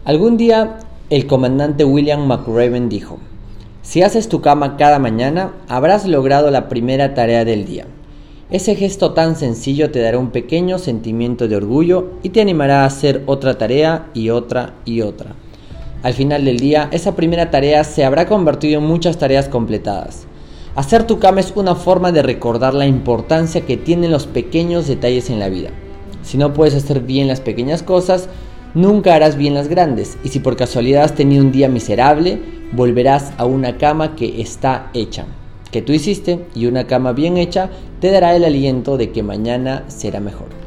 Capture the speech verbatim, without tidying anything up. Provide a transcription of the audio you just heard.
Algún día, el comandante William McRaven dijo: si haces tu cama cada mañana, habrás logrado la primera tarea del día. Ese gesto tan sencillo te dará un pequeño sentimiento de orgullo y te animará a hacer otra tarea y otra y otra. Al final del día, esa primera tarea se habrá convertido en muchas tareas completadas. Hacer tu cama es una forma de recordar la importancia que tienen los pequeños detalles en la vida. Si no puedes hacer bien las pequeñas cosas, nunca harás bien las grandes, y si por casualidad has tenido un día miserable, volverás a una cama que está hecha, que tú hiciste, y una cama bien hecha te dará el aliento de que mañana será mejor.